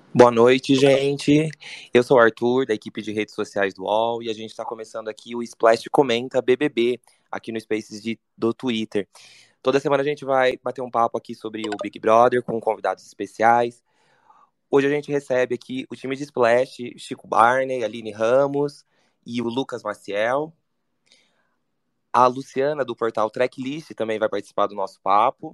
Boa noite, gente. Eu sou o Arthur, da equipe de redes sociais do UOL, e a gente está começando aqui o Splash Comenta BBB, aqui no Spaces do Twitter. Toda semana a gente vai bater um papo aqui sobre o Big Brother, com convidados especiais. Hoje a gente recebe aqui o time de Splash, Chico Barney, Aline Ramos e o Lucas Maciel. A Luciana, do portal Tracklist, também vai participar do nosso papo.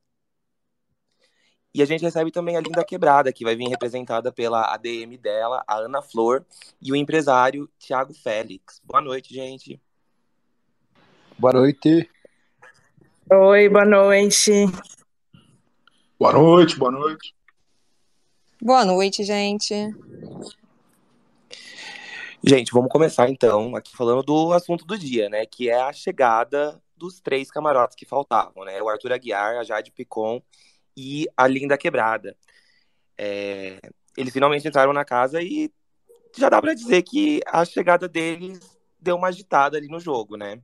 E a gente recebe também a Linda Quebrada, que vai vir representada pela ADM dela, a Ana Flor, e o empresário Thiago Félix. Boa noite, gente. Boa noite. Oi, boa noite. Boa noite, boa noite. Boa noite, gente. Gente, vamos começar então aqui falando do assunto do dia, né? Que é a chegada dos 3 camarotes que faltavam, né? O Arthur Aguiar, a Jade Picon e a Linda Quebrada. Eles finalmente entraram na casa e já dá pra dizer que a chegada deles deu uma agitada ali no jogo, né?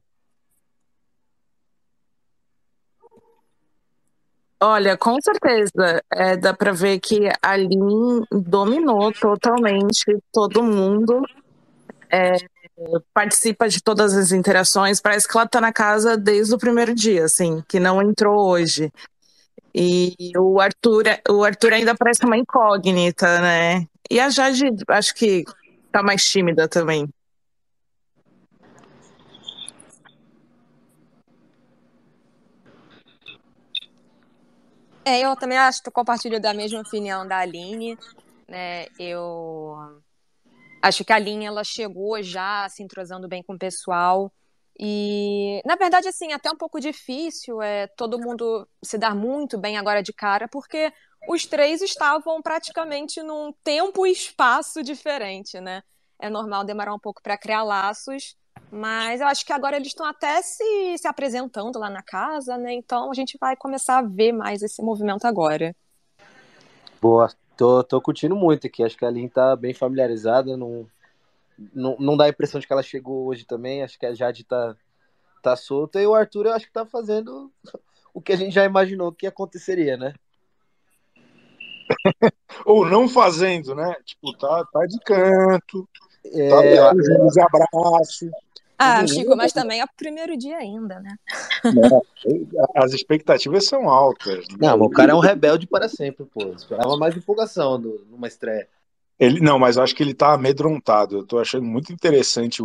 Olha, com certeza, dá para ver que a Lin dominou totalmente todo mundo, participa de todas as interações, parece que ela tá na casa desde o primeiro dia, assim, que não entrou hoje. E o Arthur ainda parece uma incógnita, né? E a Jade, acho que tá mais tímida também. Eu também acho que eu compartilho da mesma opinião da Aline, né? Eu acho que a Aline, ela chegou já se entrosando bem com o pessoal e, na verdade, assim, até um pouco difícil todo mundo se dar muito bem agora de cara, porque os 3 estavam praticamente num tempo e espaço diferente, né? É normal demorar um pouco para criar laços, mas eu acho que agora eles estão até se apresentando lá na casa, né? Então a gente vai começar a ver mais esse movimento agora. Boa, tô curtindo muito aqui. Acho que a Aline tá bem familiarizada. Não dá a impressão de que ela chegou hoje também. Acho que a Jade tá solta. E o Arthur, eu acho que tá fazendo o que a gente já imaginou que aconteceria, né? Ou não fazendo, né? Tipo, tá de canto, tá É, eu, fugindo de abraço. Ah, Chico, mas também é o primeiro dia ainda, né? As expectativas são altas, né? não, mas o cara é um rebelde para sempre, pô. Eu esperava mais empolgação numa estreia. Não, mas eu acho que ele tá amedrontado. Eu tô achando muito interessante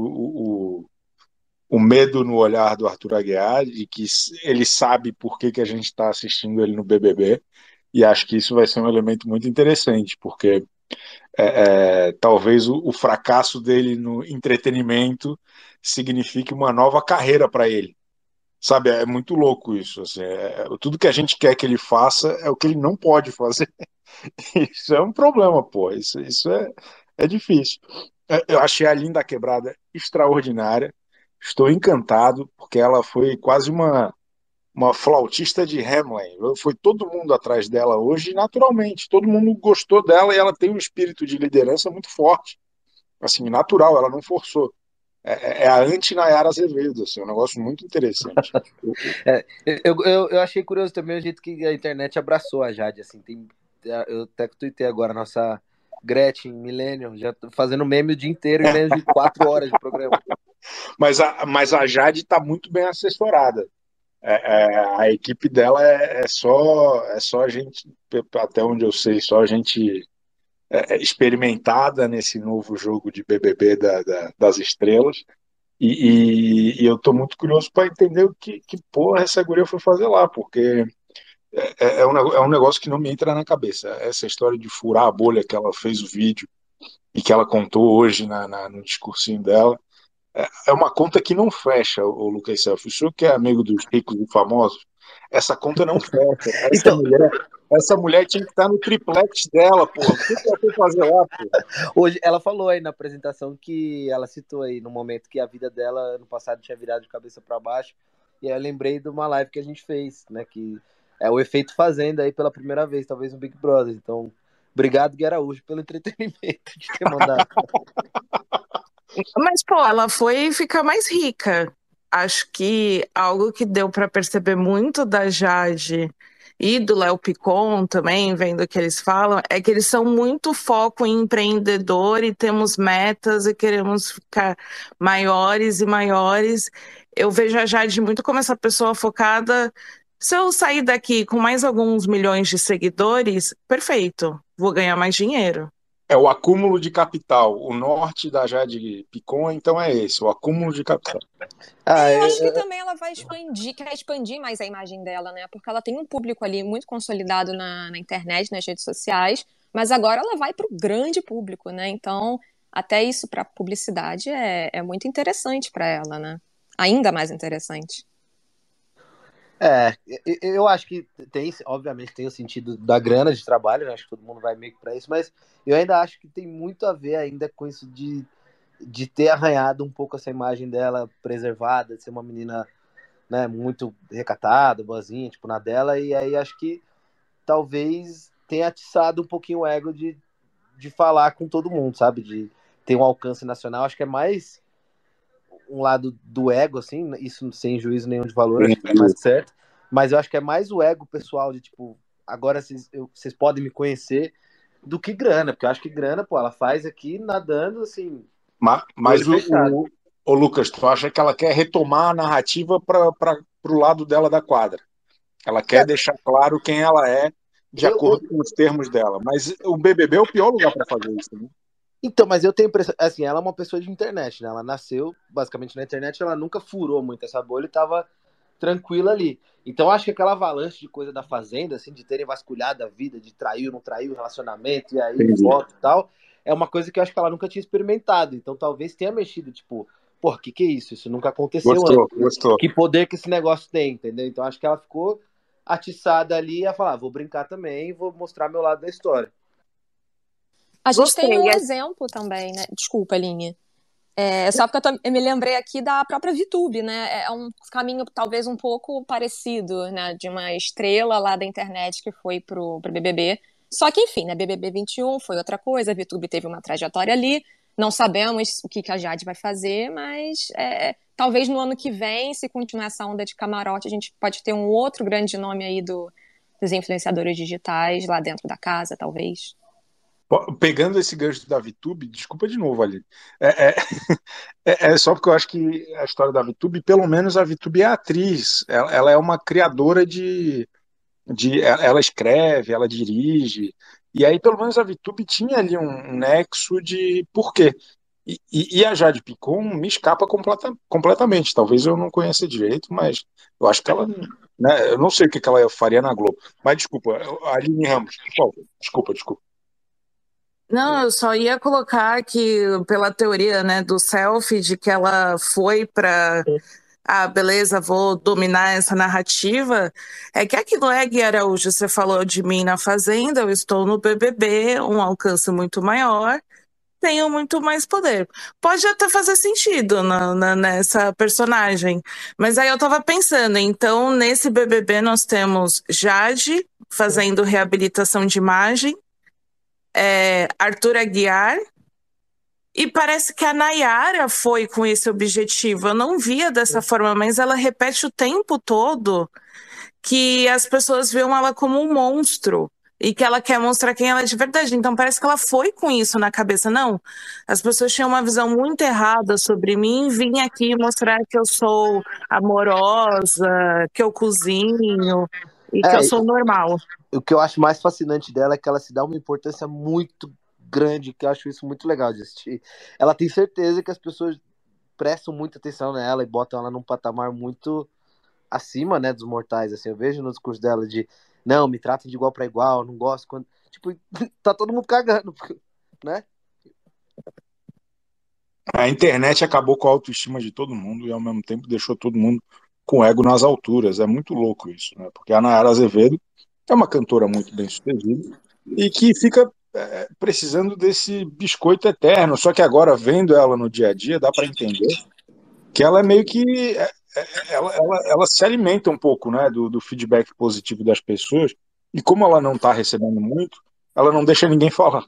o medo no olhar do Arthur Aguiar, de que ele sabe por que a gente está assistindo ele no BBB, e acho que isso vai ser um elemento muito interessante, porque talvez o fracasso dele no entretenimento signifique uma nova carreira para ele. Sabe, é muito louco isso. Assim, tudo que a gente quer que ele faça é o que ele não pode fazer. Isso é um problema, pô. Isso é difícil. Eu achei a Linda Quebrada extraordinária. Estou encantado, porque ela foi quase uma flautista de Hamelin. Foi todo mundo atrás dela hoje, naturalmente. Todo mundo gostou dela e ela tem um espírito de liderança muito forte. Assim, natural, ela não forçou. É a anti-Nayara Azevedo, assim, um negócio muito interessante. Eu achei curioso também o jeito que a internet abraçou a Jade, assim, eu até tuitei agora, nossa Gretchen, Millennium, já tô fazendo meme o dia inteiro em menos de 4 horas de programa. Mas a Jade está muito bem assessorada. A equipe dela é só gente, até onde eu sei, só gente experimentada nesse novo jogo de BBB das estrelas. E eu tô muito curioso para entender o que porra essa guria foi fazer lá, porque é um negócio que não me entra na cabeça. Essa história de furar a bolha que ela fez o vídeo e que ela contou hoje no discursinho dela, é uma conta que não fecha, o Lucas Self. O senhor que é amigo dos ricos e famosos, essa conta não fecha. Então, Essa mulher tinha que estar no triplex dela, porra. O que ela foi fazer lá, porra? hoje ela falou aí na apresentação que ela citou aí no momento que a vida dela ano passado tinha virado de cabeça para baixo, e aí eu lembrei de uma live que a gente fez, né, que é o efeito fazenda aí pela primeira vez, talvez no Big Brother. Então, obrigado, Gui Araújo, pelo entretenimento de ter mandado. Mas, pô, ela foi ficar mais rica. Acho que algo que deu para perceber muito da Jade e do Léo Picon também, vendo o que eles falam, é que eles são muito foco em empreendedor e temos metas e queremos ficar maiores e maiores. Eu vejo a Jade muito como essa pessoa focada. Se eu sair daqui com mais alguns milhões de seguidores, perfeito, vou ganhar mais dinheiro. É o acúmulo de capital. O norte da Jade Picon, então é esse, o acúmulo de capital. Eu acho que também ela vai quer expandir mais a imagem dela, né? Porque ela tem um público ali muito consolidado na internet, nas redes sociais, mas agora ela vai para o grande público, né? Então, até isso para publicidade é muito interessante para ela, né? Ainda mais interessante. Eu acho que tem, obviamente, tem o sentido da grana de trabalho, né? Acho que todo mundo vai meio que pra isso, mas eu ainda acho que tem muito a ver ainda com isso de ter arranhado um pouco essa imagem dela preservada, de ser uma menina, né, muito recatada, boazinha, tipo, na dela, e aí acho que talvez tenha atiçado um pouquinho o ego de falar com todo mundo, sabe? De ter um alcance nacional. Acho que é mais um lado do ego, assim, isso sem juízo nenhum de valor, acho que é mais certo, mas eu acho que é mais o ego pessoal de, tipo, agora vocês podem me conhecer, do que grana, porque eu acho que grana, pô, ela faz aqui nadando, assim, Mas o Lucas, tu acha que ela quer retomar a narrativa para o lado dela da quadra? Ela quer deixar claro quem ela é de acordo com os termos dela. Mas o BBB é o pior lugar para fazer isso, né? Então, mas eu tenho a impressão, assim, ela é uma pessoa de internet, né? Ela nasceu basicamente na internet, ela nunca furou muito essa bolha e tava tranquila ali. Então, acho que aquela avalanche de coisa da Fazenda, assim, de terem vasculhado a vida, de trair ou não trair o relacionamento, e aí foto e tal, é uma coisa que eu acho que ela nunca tinha experimentado. Então, talvez tenha mexido, tipo, pô, que é isso? Isso nunca aconteceu antes. Gostou. Que poder que esse negócio tem, entendeu? Então, acho que ela ficou atiçada ali a falar, vou brincar também, vou mostrar meu lado da história. A gente tem um exemplo também, né? Desculpa, Aline. Só porque eu me lembrei aqui da própria VTube, né? É um caminho talvez um pouco parecido, né? De uma estrela lá da internet que foi pro BBB. Só que, enfim, né? BBB 21 foi outra coisa, a VTube teve uma trajetória ali. Não sabemos o que a Jade vai fazer, mas talvez no ano que vem, se continuar essa onda de camarote, a gente pode ter um outro grande nome aí dos influenciadores digitais lá dentro da casa, talvez. Pegando esse gancho da VTube, desculpa de novo, Aline. Só porque eu acho que a história da VTube, pelo menos a VTube é atriz. Ela é uma criadora ela escreve, ela dirige. E aí, pelo menos a VTube tinha ali um nexo de porquê. E a Jade Picon me escapa completamente. Talvez eu não conheça direito, mas eu acho que ela, né, eu não sei o que ela faria na Globo. Mas desculpa, Aline Ramos, por favor. Desculpa. Não, eu só ia colocar que, pela teoria, né, do selfie, de que ela foi para beleza, vou dominar essa narrativa, é que aquilo é, Gui Araújo, você falou de mim na Fazenda, eu estou no BBB, um alcance muito maior, tenho muito mais poder. Pode até fazer sentido nessa personagem, mas aí eu tava pensando, então, nesse BBB nós temos Jade fazendo reabilitação de imagem, Arthur Aguiar, e parece que a Nayara foi com esse objetivo. Eu não via dessa forma, mas ela repete o tempo todo que as pessoas veem ela como um monstro e que ela quer mostrar quem ela é de verdade. Então parece que ela foi com isso na cabeça. Não, as pessoas tinham uma visão muito errada sobre mim, vim aqui mostrar que eu sou amorosa, que eu cozinho e que eu sou normal. O que eu acho mais fascinante dela é que ela se dá uma importância muito grande, que eu acho isso muito legal de assistir. Ela tem certeza que as pessoas prestam muita atenção nela e botam ela num patamar muito acima, né, dos mortais, assim. Eu vejo no discurso dela de, não, me tratem de igual para igual, não gosto quando... Tipo, tá todo mundo cagando, né? A internet acabou com a autoestima de todo mundo e ao mesmo tempo deixou todo mundo com o ego nas alturas. É muito louco isso, né? Porque a Nayara Azevedo é uma cantora muito bem sucedida e que fica precisando desse biscoito eterno. Só que agora, vendo ela no dia a dia, dá para entender que ela é meio que ela se alimenta um pouco, né, do feedback positivo das pessoas, e como ela não está recebendo muito, ela não deixa ninguém falar.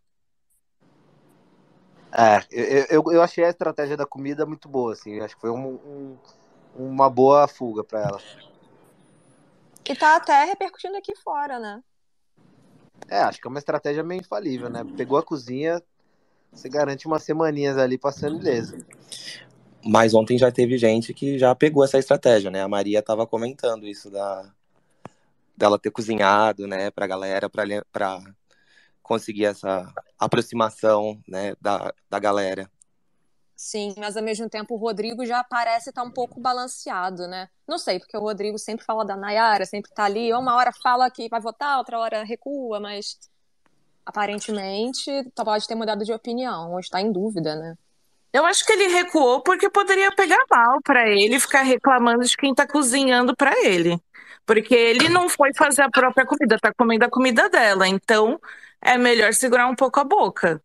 Eu achei a estratégia da comida muito boa, assim. Acho que foi uma boa fuga para ela. E tá até repercutindo aqui fora, né? Acho que é uma estratégia meio infalível, né? Pegou a cozinha, você garante umas semaninhas ali passando ileso. Mas ontem já teve gente que já pegou essa estratégia, né? A Maria tava comentando isso dela ter cozinhado, né, pra galera, pra conseguir essa aproximação, né, da galera. Sim, mas ao mesmo tempo o Rodrigo já parece estar um pouco balanceado, né? Não sei, porque o Rodrigo sempre fala da Nayara, sempre tá ali, uma hora fala que vai votar, outra hora recua, mas aparentemente pode ter mudado de opinião, ou está em dúvida, né? Eu acho que ele recuou porque poderia pegar mal pra ele ficar reclamando de quem tá cozinhando pra ele. Porque ele não foi fazer a própria comida, tá comendo a comida dela. Então é melhor segurar um pouco a boca.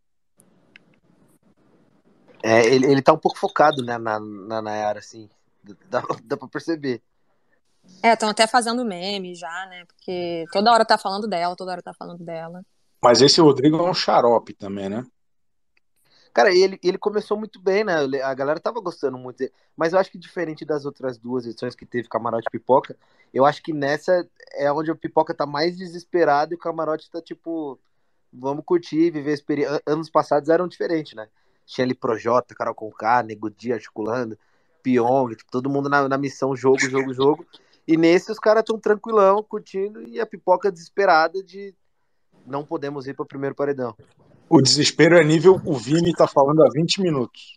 Ele tá um pouco focado, né, na Nayara, assim. Dá pra perceber. Estão até fazendo meme já, né? Porque toda hora tá falando dela, toda hora tá falando dela. Mas esse Rodrigo é um xarope também, né? Cara, ele começou muito bem, né? A galera tava gostando muito dele. Mas eu acho que diferente das outras duas edições que teve Camarote e Pipoca, eu acho que nessa é onde o Pipoca tá mais desesperado e o Camarote tá tipo, vamos curtir, viver a experiência. Anos passados eram diferentes, né? Tinha ali Projota, Carol Conká, Nego Di articulando, Pyong, tipo, todo mundo na missão jogo, jogo, jogo. E nesse os caras tão tranquilão, curtindo, e a Pipoca desesperada de não podemos ir pro primeiro paredão. O desespero é nível, o Vini tá falando há 20 minutos.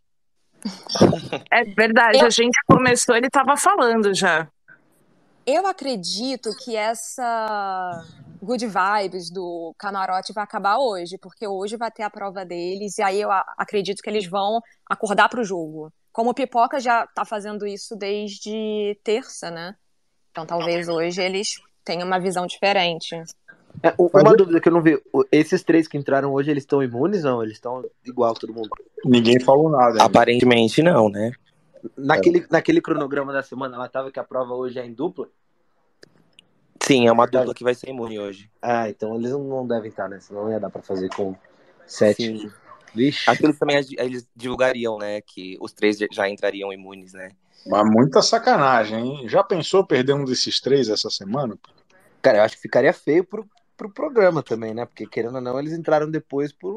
É verdade, a gente começou, ele tava falando já. Eu acredito que essa good vibes do camarote vai acabar hoje, porque hoje vai ter a prova deles, e aí eu acredito que eles vão acordar pro jogo. Como o Pipoca já tá fazendo isso desde terça, né? Então talvez hoje eles tenham uma visão diferente. Uma dúvida que eu não vi, esses três que entraram hoje, eles estão imunes ou eles estão igual todo mundo? Ninguém falou nada ainda. Aparentemente não, né? Naquele cronograma da semana, ela tava que a prova hoje é em dupla? Sim, é uma dupla que vai ser imune hoje. Então eles não devem estar, né? Senão não ia dar pra fazer com 7. Sim. Vixe. Acho que eles também eles divulgariam, né, que os 3 já entrariam imunes, né? Mas muita sacanagem, hein? Já pensou perder um desses 3 essa semana? Cara, eu acho que ficaria feio pro programa também, né? Porque, querendo ou não, eles entraram depois por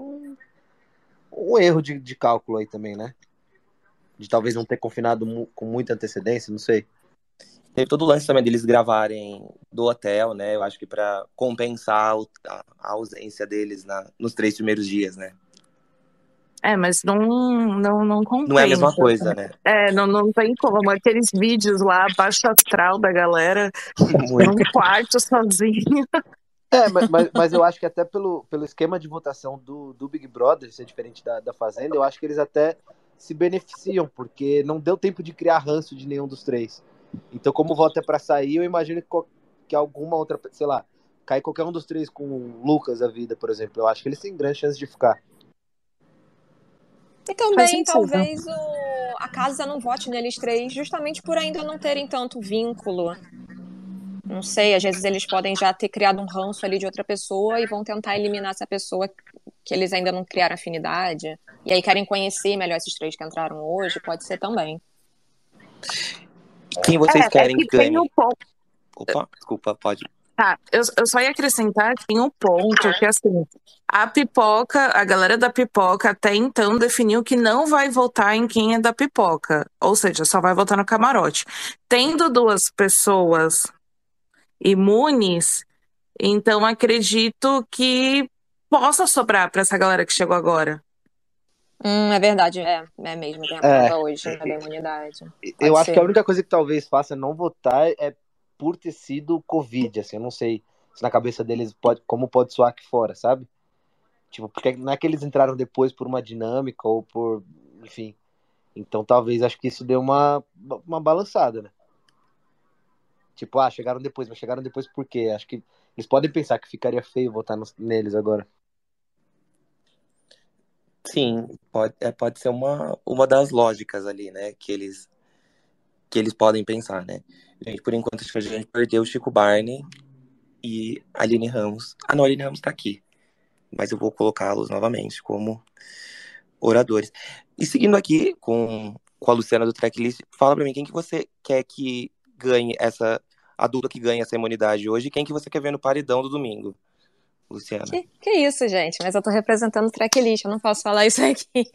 um erro de cálculo aí também, né? De talvez não ter confinado com muita antecedência, não sei. Teve todo o lance também deles gravarem do hotel, né? Eu acho que pra compensar a ausência deles nos 3 primeiros dias, né? Mas não compensa. Não é a mesma coisa, né? Não tem como. Aqueles vídeos lá, baixo astral da galera, num quarto sozinho. Mas eu acho que até pelo esquema de votação do Big Brother ser diferente da Fazenda, eu acho que eles até se beneficiam, porque não deu tempo de criar ranço de nenhum dos 3. Então, como o voto é pra sair, eu imagino que alguma outra, sei lá, cai qualquer um dos 3 com o Lucas a vida, por exemplo. Eu acho que eles têm grande chance de ficar. E também, talvez, a casa não vote neles 3, justamente por ainda não terem tanto vínculo. Não sei, às vezes eles podem já ter criado um ranço ali de outra pessoa e vão tentar eliminar essa pessoa que eles ainda não criaram afinidade. E aí querem conhecer melhor esses 3 que entraram hoje, pode ser também. Quem vocês querem que ganhe? Opa, desculpa, pode. Tá, eu só ia acrescentar que tem um ponto que, assim, a Pipoca, a galera da Pipoca até então definiu que não vai votar em quem é da Pipoca, ou seja, só vai votar no camarote. Tendo 2 pessoas imunes, então acredito que possa sobrar para essa galera que chegou agora. É verdade, é mesmo, tem a prova hoje, né, da imunidade. Eu acho que a única coisa que talvez faça não votar é por ter sido Covid, assim, eu não sei se na cabeça deles como pode soar aqui fora, sabe? Tipo, porque não é que eles entraram depois por uma dinâmica ou por, enfim. Então talvez, acho que isso deu uma balançada, né? Tipo, chegaram depois, mas chegaram depois por quê? Acho que eles podem pensar que ficaria feio votar neles agora. Sim, pode ser uma das lógicas ali, né, que eles podem pensar, né? Gente, por enquanto a gente perdeu o Chico Barney e a Aline Ramos. Não, a Aline Ramos tá aqui, mas eu vou colocá-los novamente como oradores. E seguindo aqui com a Luciana do Tracklist, fala pra mim, quem que você quer que ganhe a dupla que ganha essa imunidade hoje. Quem que você quer ver no paredão do domingo, Luciana? Que isso, gente? Mas eu tô representando o tracklist, eu não posso falar isso aqui.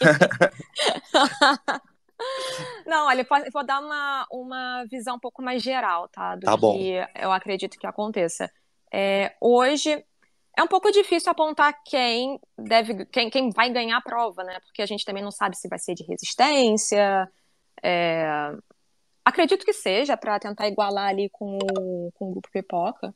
Não, olha, eu vou dar uma visão um pouco mais geral, tá? Do Tá bom. que eu acredito que aconteça. Hoje é um pouco difícil apontar quem vai ganhar a prova, né? Porque a gente também não sabe se vai ser de resistência. Acredito que seja para tentar igualar ali com o grupo Pipoca.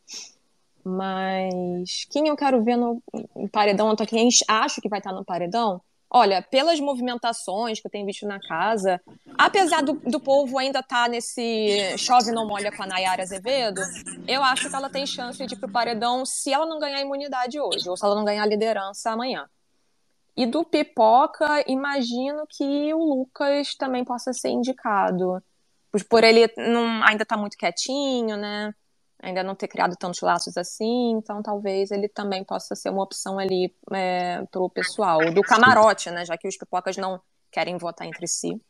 Mas quem eu quero ver no paredão, então quem acho que vai estar no paredão, olha, pelas movimentações que eu tenho visto na casa, apesar do povo ainda estar nesse chove não molha com a Nayara Azevedo, eu acho que ela tem chance de ir pro paredão se ela não ganhar a imunidade hoje, ou se ela não ganhar a liderança amanhã. E do Pipoca, imagino que o Lucas também possa ser indicado. Por ele ainda tá muito quietinho, né? Ainda não ter criado tantos laços assim, então talvez ele também possa ser uma opção ali pro pessoal. Do camarote, né? Já que os pipocas não querem votar entre si.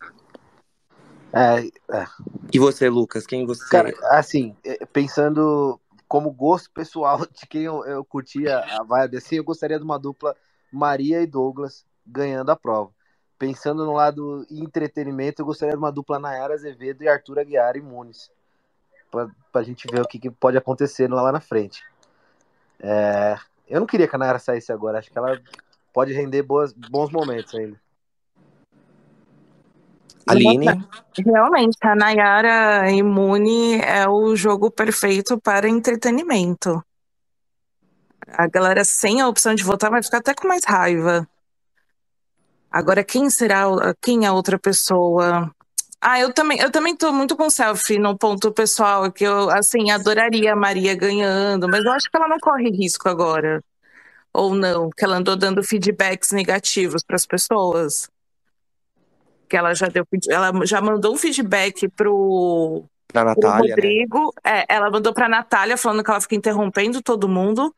E você, Lucas? Quem você... Cara, assim, pensando como gosto pessoal de quem eu curtia a vibe assim, eu gostaria de uma dupla Maria e Douglas ganhando a prova. Pensando no lado entretenimento, eu gostaria de uma dupla Nayara Azevedo e Arthur Aguiar imunes. Pra gente ver o que pode acontecer lá na frente. Eu não queria que a Nayara saísse agora, acho que ela pode render bons momentos ainda. Aline? Realmente, a Nayara imune é o jogo perfeito para entretenimento. A galera sem a opção de votar vai ficar até com mais raiva. Agora, quem é a outra pessoa? Eu também tô muito com selfie no ponto pessoal, que eu, assim, adoraria a Maria ganhando, mas eu acho que ela não corre risco agora. Ou não, que ela andou dando feedbacks negativos para as pessoas. Que ela já mandou um feedback pro Natália, né? Rodrigo. Ela mandou pra Natália falando que ela fica interrompendo todo mundo.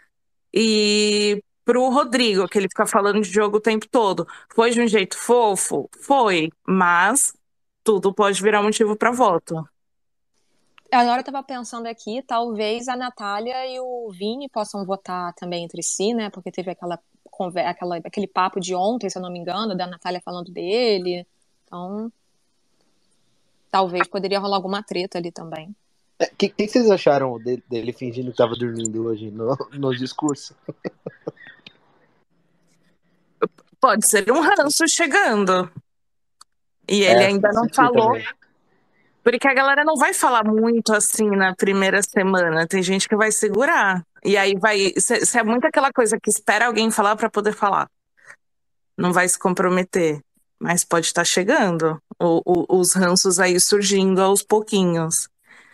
E pro Rodrigo, que ele fica falando de jogo o tempo todo. Foi de um jeito fofo? Foi, mas tudo pode virar motivo para voto. Agora eu tava pensando aqui, talvez a Natália e o Vini possam votar também entre si, né? Porque teve aquele papo de ontem, se eu não me engano, da Natália falando dele. Então, talvez poderia rolar alguma treta ali também. O que vocês acharam dele fingindo que tava dormindo hoje no discurso? Pode ser um ranço chegando. E ele ainda não falou. Também. Porque a galera não vai falar muito assim na primeira semana. Tem gente que vai segurar. E aí vai. Se é muito aquela coisa que espera alguém falar para poder falar. Não vai se comprometer. Mas pode estar chegando. Os ranços aí surgindo aos pouquinhos.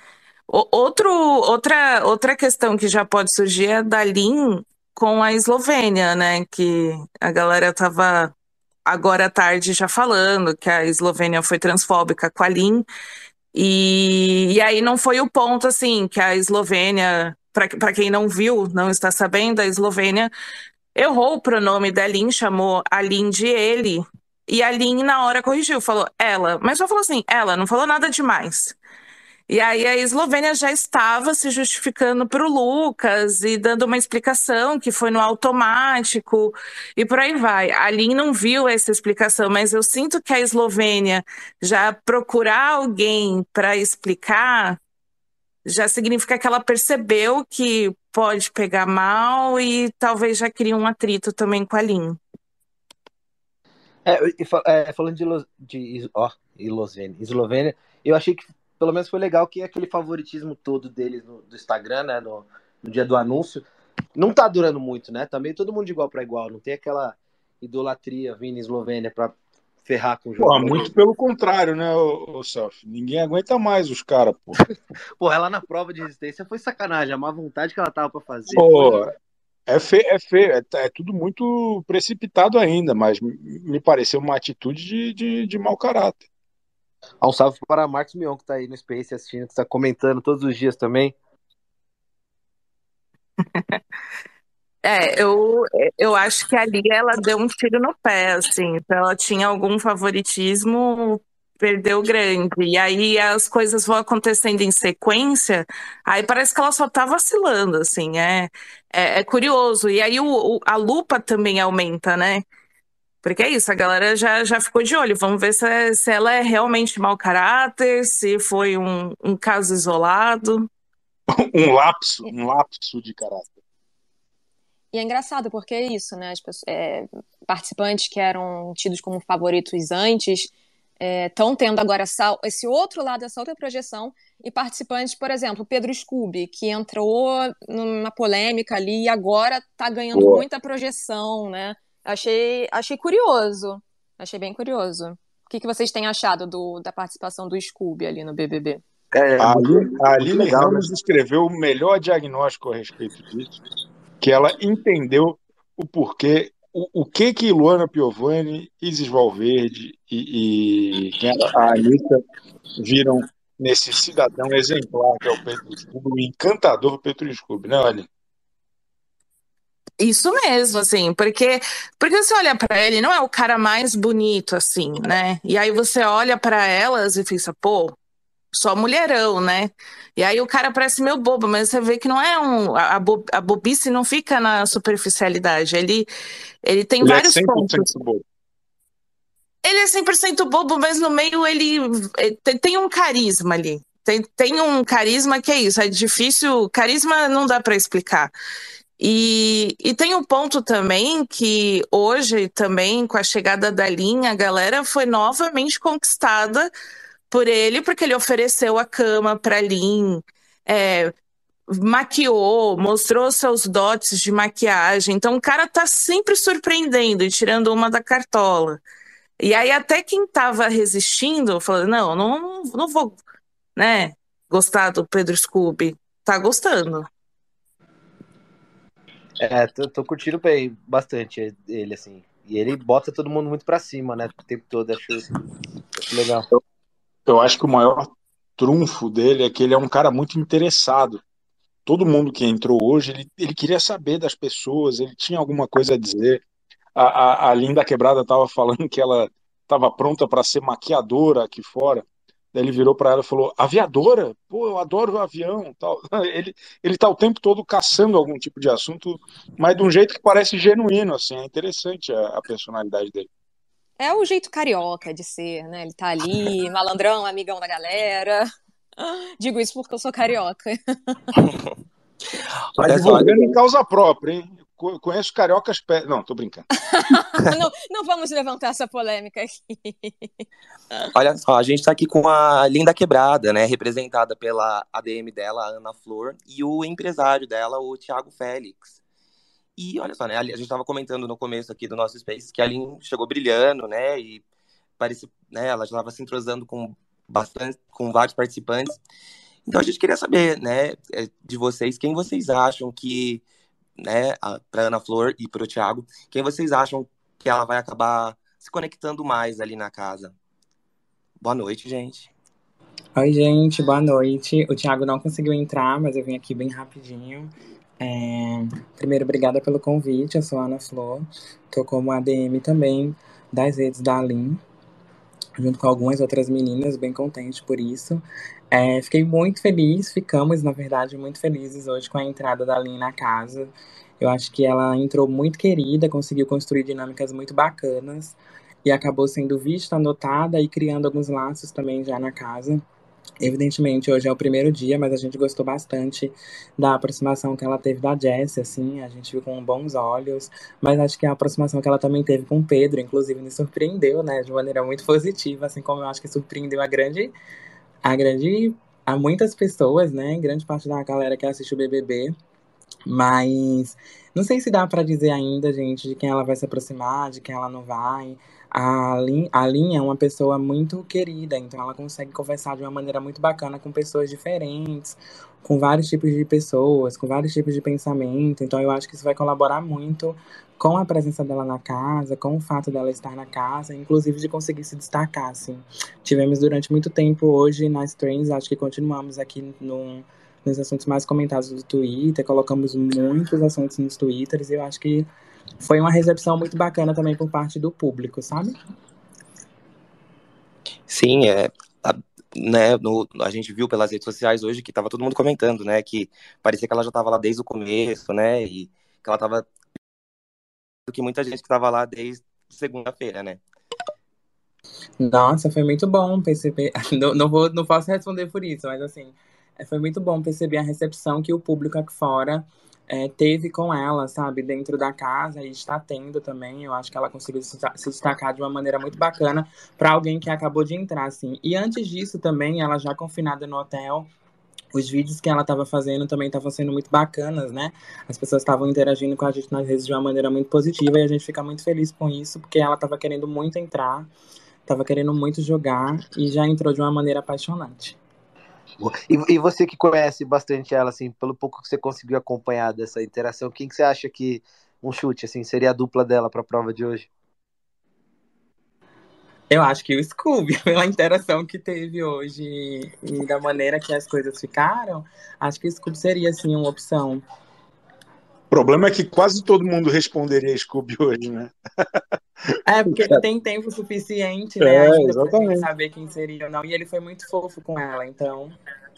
Outra questão que já pode surgir é da Lin com a Eslovênia, né? Que a galera tava agora à tarde já falando que a Eslovênia foi transfóbica com a Lin. E aí não foi o ponto, assim, que a Eslovênia, para quem não viu, não está sabendo, a Eslovênia errou o pronome da Lin, chamou a Lin de ele. E a Lin, na hora, corrigiu, falou ela. Mas só falou assim, ela, não falou nada demais. E aí a Eslovênia já estava se justificando para o Lucas e dando uma explicação que foi no automático e por aí vai. A Lin não viu essa explicação, mas eu sinto que a Eslovênia já procurar alguém para explicar já significa que ela percebeu que pode pegar mal e talvez já cria um atrito também com a Lin. Falando de Eslovênia, eu achei que pelo menos foi legal que aquele favoritismo todo deles do Instagram, né, no dia do anúncio, não tá durando muito, né? Tá meio todo mundo de igual para igual, não tem aquela idolatria vindo Eslovênia para ferrar com o jogo. Pô, muito pelo contrário, né, o Self? Ninguém aguenta mais os caras, pô. Pô, ela na prova de resistência foi sacanagem, a má vontade que ela tava para fazer. Pô, é feio, é tudo muito precipitado ainda, mas me pareceu uma atitude de mau caráter. Um salve para Marcos Mion, que tá aí no Space assistindo, que tá comentando todos os dias também. Eu acho que ali ela deu um tiro no pé, assim. Ela tinha algum favoritismo, perdeu grande. E aí as coisas vão acontecendo em sequência, aí parece que ela só tá vacilando, assim, é curioso. E aí a lupa também aumenta, né? Porque é isso, a galera já ficou de olho. Vamos ver se ela é realmente mau caráter, se foi um caso isolado. Um lapso de caráter. E é engraçado porque é isso, né? As participantes que eram tidos como favoritos antes estão tendo agora esse outro lado, essa outra projeção, e participantes, por exemplo, Pedro Scooby, que entrou numa polêmica ali e agora está ganhando muita projeção, né? Achei curioso, achei bem curioso. O que vocês têm achado da participação do Scooby ali no BBB? A Aline Ramos escreveu o melhor diagnóstico a respeito disso, que ela entendeu o porquê, o que Luana Piovani, Isis Valverde e a Anitta viram nesse cidadão exemplar que é o Pedro Scooby, o encantador Pedro Scooby, né, Aline? Isso mesmo, assim, porque você olha pra ele, não é o cara mais bonito, assim, né? E aí você olha pra elas e pensa, pô, só mulherão, né? E aí o cara parece meio bobo, mas você vê que não é a bobice não fica na superficialidade. Ele tem vários 100% pontos. bobo. Ele é 100% bobo, mas no meio ele tem um carisma ali. Tem um carisma que é isso, é difícil. Carisma não dá pra explicar. E tem um ponto também que hoje também, com a chegada da Linha, a galera foi novamente conquistada por ele, porque ele ofereceu a cama para Lin, maquiou, mostrou seus dotes de maquiagem. Então o cara tá sempre surpreendendo e tirando uma da cartola. E aí até quem tava resistindo, falou, não vou, né, gostar do Pedro Scooby. Tá gostando. Tô curtindo bem, bastante ele, assim. E ele bota todo mundo muito pra cima, né? O tempo todo, acho legal. Eu acho que o maior trunfo dele é que ele é um cara muito interessado. Todo mundo que entrou hoje, ele queria saber das pessoas, ele tinha alguma coisa a dizer. A Linda Quebrada estava falando que ela estava pronta para ser maquiadora aqui fora. Daí ele virou para ela e falou: aviadora? Pô, eu adoro o avião. Tal. Ele tá o tempo todo caçando algum tipo de assunto, mas de um jeito que parece genuíno, assim. É interessante a personalidade dele. É o jeito carioca de ser, né? Ele tá ali, malandrão, amigão da galera. Digo isso porque eu sou carioca. Olha só, em causa própria, hein? Conheço cariocas... Não, tô brincando. não vamos levantar essa polêmica aqui. Olha só, a gente tá aqui com a Linda Quebrada, né? Representada pela ADM dela, a Ana Flor, e o empresário dela, o Thiago Félix. E olha só, né? A gente tava comentando no começo aqui do nosso Space que a Lin chegou brilhando, né? E parece, né? Ela já estava se entrosando com vários participantes. Então a gente queria saber, né, de vocês, quem vocês acham que, né, para Ana Flor e para o Thiago, quem vocês acham que ela vai acabar se conectando mais ali na casa? Boa noite, gente. Oi, gente, boa noite. O Thiago não conseguiu entrar, mas eu vim aqui bem rapidinho. Primeiro, obrigada pelo convite. Eu sou a Ana Flor, tô como ADM também das redes da Lin, junto com algumas outras meninas, bem contente por isso. Fiquei muito feliz, ficamos, na verdade, muito felizes hoje com a entrada da Lin na casa. Eu acho que ela entrou muito querida, conseguiu construir dinâmicas muito bacanas e acabou sendo vista, notada e criando alguns laços também já na casa. Evidentemente, hoje é o primeiro dia, mas a gente gostou bastante da aproximação que ela teve da Jessie, assim, a gente viu com bons olhos, mas acho que a aproximação que ela também teve com o Pedro, inclusive, me surpreendeu, né, de maneira muito positiva, assim como eu acho que surpreendeu a muitas pessoas, né, grande parte da galera que assiste o BBB, mas não sei se dá pra dizer ainda, gente, de quem ela vai se aproximar, de quem ela não vai. A Lin é uma pessoa muito querida, então ela consegue conversar de uma maneira muito bacana com pessoas diferentes, com vários tipos de pessoas, com vários tipos de pensamento. Então eu acho que isso vai colaborar muito com a presença dela na casa, com o fato dela estar na casa, inclusive de conseguir se destacar, assim. Tivemos durante muito tempo hoje nas trends, acho que continuamos aqui nos assuntos mais comentados do Twitter, colocamos muitos assuntos nos Twitters e eu acho que foi uma recepção muito bacana também por parte do público, sabe? Sim, né, a gente viu pelas redes sociais hoje que tava todo mundo comentando, né, que parecia que ela já tava lá desde o começo, né, e que ela tava do que muita gente que tava lá desde segunda-feira, né. Nossa, foi muito bom perceber. Não posso responder por isso, mas assim, foi muito bom perceber a recepção que o público aqui fora teve com ela, sabe? Dentro da casa e está tendo também. Eu acho que ela conseguiu se destacar de uma maneira muito bacana para alguém que acabou de entrar, assim. E antes disso também, ela já confinada no hotel. Os vídeos que ela estava fazendo também estavam sendo muito bacanas, né? As pessoas estavam interagindo com a gente nas redes de uma maneira muito positiva e a gente fica muito feliz com isso, porque ela estava querendo muito entrar. Tava querendo muito jogar e já entrou de uma maneira apaixonante. E você que conhece bastante ela, assim, pelo pouco que você conseguiu acompanhar dessa interação, quem que você acha que um chute, assim, seria a dupla dela para a prova de hoje? Eu acho que o Scooby, pela interação que teve hoje e da maneira que as coisas ficaram, acho que o Scooby seria, assim, uma opção. O problema é que quase todo mundo responderia Scooby hoje, né? Porque não tem tempo suficiente, né, ainda pra gente Exatamente. saber quem seria ou não. E ele foi muito fofo com ela, então...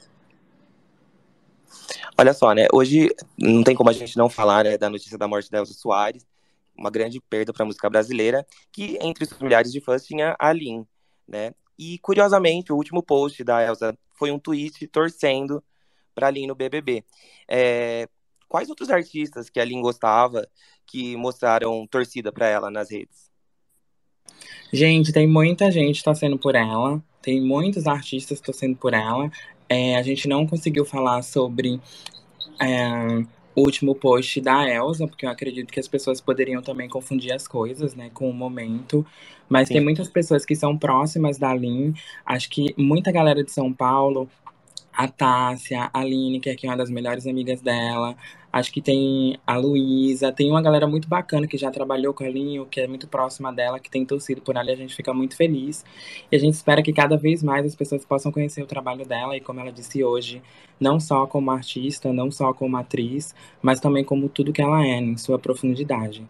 Olha só, né, hoje não tem como a gente não falar, né, da notícia da morte da Elza Soares, uma grande perda para a música brasileira, que entre os milhares de fãs tinha a Lin, né? E curiosamente, o último post da Elza foi um tweet torcendo para a Lin no BBB. Quais outros artistas que a Lin gostava que mostraram torcida para ela nas redes? Gente, tem muita gente torcendo por ela, tem muitos artistas torcendo por ela. A gente não conseguiu falar sobre o último post da Elsa, porque eu acredito que as pessoas poderiam também confundir as coisas, né, com o momento. Mas Sim. tem muitas pessoas que são próximas da Lin. Acho que muita galera de São Paulo, a Tássia, a Aline, que é uma das melhores amigas dela. Acho que tem a Luísa, tem uma galera muito bacana que já trabalhou com a Aline, que é muito próxima dela, que tem torcido por ela e a gente fica muito feliz. E a gente espera que cada vez mais as pessoas possam conhecer o trabalho dela e, como ela disse hoje, não só como artista, não só como atriz, mas também como tudo que ela é, em sua profundidade.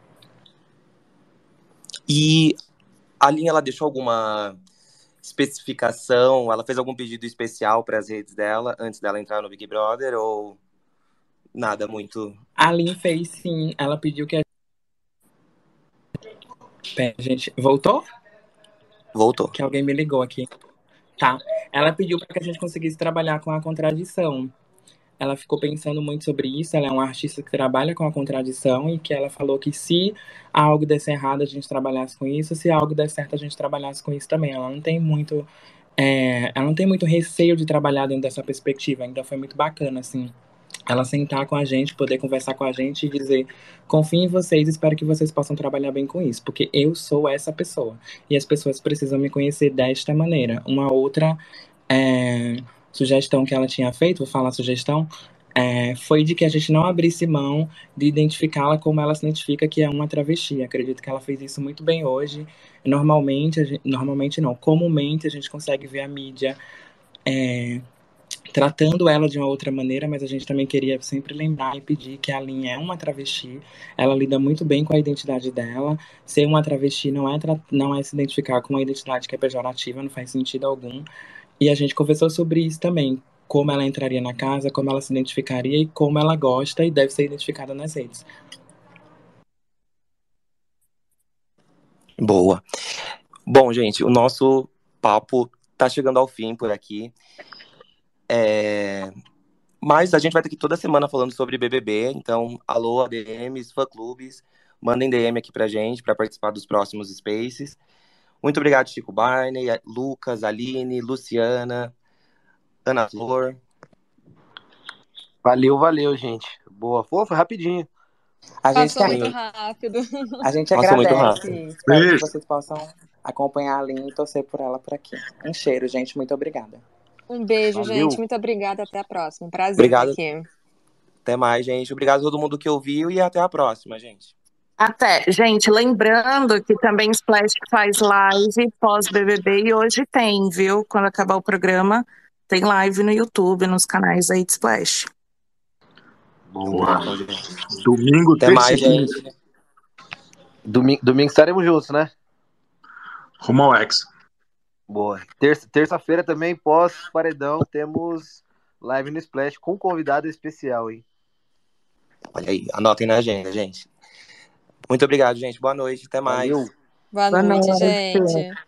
E a Aline, ela deixou alguma especificação? Ela fez algum pedido especial para as redes dela antes dela entrar no Big Brother ou nada muito? A Aline fez sim, ela pediu que a gente... Voltou? Voltou. Que alguém me ligou aqui. Tá. Ela pediu para que a gente conseguisse trabalhar com a contradição. Ela ficou pensando muito sobre isso. Ela é uma artista que trabalha com a contradição e que ela falou que se algo desse errado, a gente trabalhasse com isso. Se algo der certo, a gente trabalhasse com isso também. Ela não tem muito receio de trabalhar dentro dessa perspectiva. Então foi muito bacana, assim, ela sentar com a gente, poder conversar com a gente e dizer: confio em vocês, espero que vocês possam trabalhar bem com isso, porque eu sou essa pessoa e as pessoas precisam me conhecer desta maneira. Uma outra sugestão que ela tinha feito, vou falar sugestão, foi de que a gente não abrisse mão de identificá-la como ela se identifica, que é uma travesti. Acredito que ela fez isso muito bem hoje. Comumente a gente consegue ver a mídia tratando ela de uma outra maneira, mas a gente também queria sempre lembrar e pedir que a Lin é uma travesti, ela lida muito bem com a identidade dela. Ser uma travesti não é se identificar com uma identidade que é pejorativa, não faz sentido algum. E a gente conversou sobre isso também, como ela entraria na casa, como ela se identificaria e como ela gosta e deve ser identificada nas redes. Boa. Bom, gente, o nosso papo tá chegando ao fim por aqui. Mas a gente vai ter que toda semana falando sobre BBB, então, alô, ADMs, fã-clubes, mandem DM aqui pra gente para participar dos próximos Spaces. Muito obrigado, Chico Barney, Lucas, Aline, Luciana, Ana Flor. Valeu, gente. Boa. Pô, foi rapidinho. Passou muito rápido. A gente Passou muito agradece rápido. e espero que vocês possam acompanhar a Aline e torcer por ela por aqui. Um cheiro, gente. Muito obrigada. Um beijo, Valeu. gente. Muito obrigada. Até a próxima. Prazer Obrigado. estar aqui. Até mais, gente. Obrigado a todo mundo que ouviu e até a próxima, gente. Até, gente, lembrando que também Splash faz live pós-BBB e hoje tem, viu? Quando acabar o programa, tem live no YouTube, nos canais aí de Splash. Boa. Então, gente. Domingo, Até mais, gente. Domingo estaremos juntos, né? Rumo ao X. Boa. Terça-feira também, pós-paredão, temos live no Splash com convidado especial, hein? Olha aí, anotem na agenda, gente. Muito obrigado, gente. Boa noite, até mais. Valeu. Boa Boa noite, noite. gente.